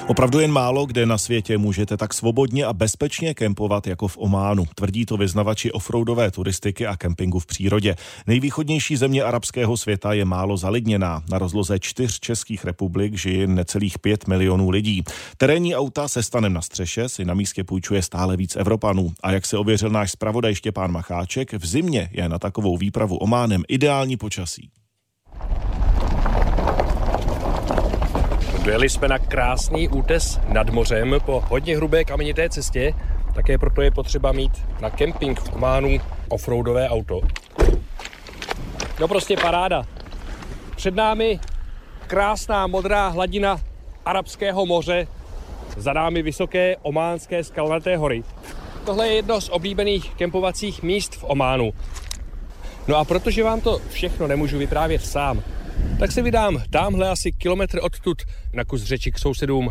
Opravdu jen málo kde na světě můžete tak svobodně a bezpečně kempovat jako v Ománu. Tvrdí to vyznavači offroadové turistiky a kempingu v přírodě. Nejvýchodnější země arabského světa je málo zalidněná. Na rozloze 4 českých republik žije necelých 5 milionů lidí. Terénní auta se stanem na střeše si na místě půjčuje stále víc Evropanů. A jak se ověřil náš zpravodaj Štěpán Macháček, v zimě je na takovou výpravu Ománem ideální počasí. Dojeli jsme na krásný útes nad mořem po hodně hrubé kamenité cestě, také proto je potřeba mít na kemping v Ománu offroadové auto. No prostě paráda. Před námi krásná modrá hladina Arabského moře, za námi vysoké ománské skalnaté hory. Tohle je jedno z oblíbených kempovacích míst v Ománu. No a protože vám to všechno nemůžu vyprávět sám, tak se vydám támhle asi kilometr odtud na kus řeči k sousedům.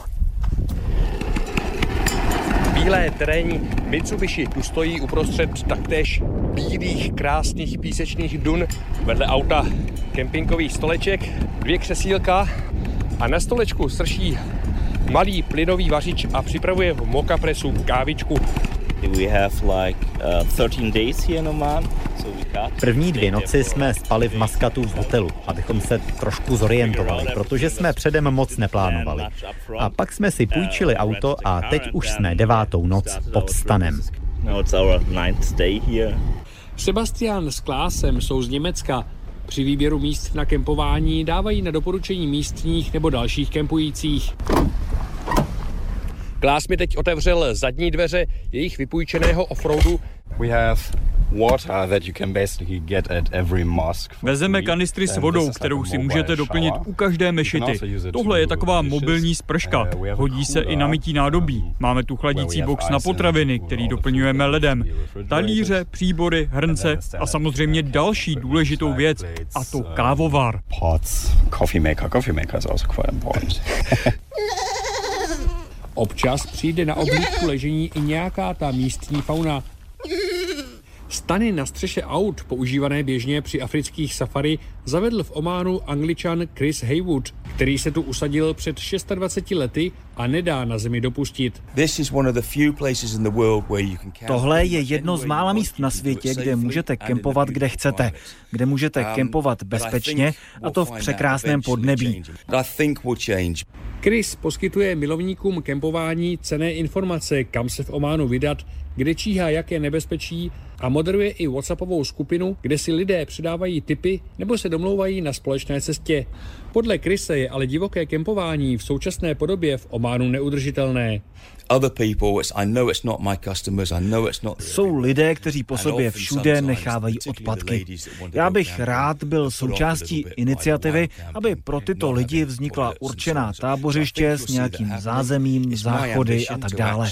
Bílé terénní Mitsubishi tu stojí uprostřed taktéž bílých krásných písečných dun. Vedle auta kempingový stoleček, 2 křesílka a na stolečku srší malý plynový vařič a připravuje v mokapresu kávičku. We have like 13 days here in Oman. První 2 noci jsme spali v Maskatu v hotelu, abychom se trošku zorientovali, protože jsme předem moc neplánovali. A pak jsme si půjčili auto a teď už jsme 9. noc pod stanem. Sebastian s Klásem jsou z Německa. Při výběru míst na kempování dávají na doporučení místních nebo dalších kempujících. Klás mi teď otevřel zadní dveře jejich vypůjčeného offroadu. Vezeme kanistry s vodou, kterou si můžete doplnit u každé mešity. Tohle je taková mobilní sprška. Hodí se i na mytí nádobí. Máme tu chladící box na potraviny, který doplňujeme ledem. Talíře, příbory, hrnce a samozřejmě další důležitou věc, a to kávovar. Občas přijde na oblídku ležení i nějaká ta místní fauna. Stany na střeše aut, používané běžně při afrických safari, zavedl v Ománu Angličan Chris Haywood, který se tu usadil před 26 lety a nedá na zemi dopustit. Tohle je jedno z mála míst na světě, kde můžete kempovat, kde chcete, kde můžete kempovat bezpečně, a to v překrásném podnebí. Chris poskytuje milovníkům kempování cenné informace, kam se v Ománu vydat, kde číhá jaké nebezpečí, a moderuje i WhatsAppovou skupinu, kde si lidé předávají tipy nebo se domlouvají na společné cestě. Podle Chrise je ale divoké kempování v současné podobě v Ománu neudržitelné. Jsou lidé, kteří po sobě všude nechávají odpadky. Já bych rád byl součástí iniciativy, aby pro tyto lidi vznikla určená tábořiště s nějakým zázemím, záchody a tak dále.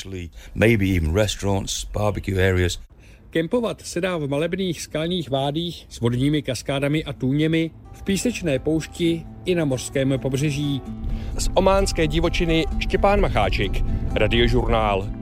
Kempovat se dá v malebných skalních vádích s vodními kaskádami a tůněmi, v písečné poušti i na mořském pobřeží. Z ománské divočiny Štěpán Macháček, Radiožurnál.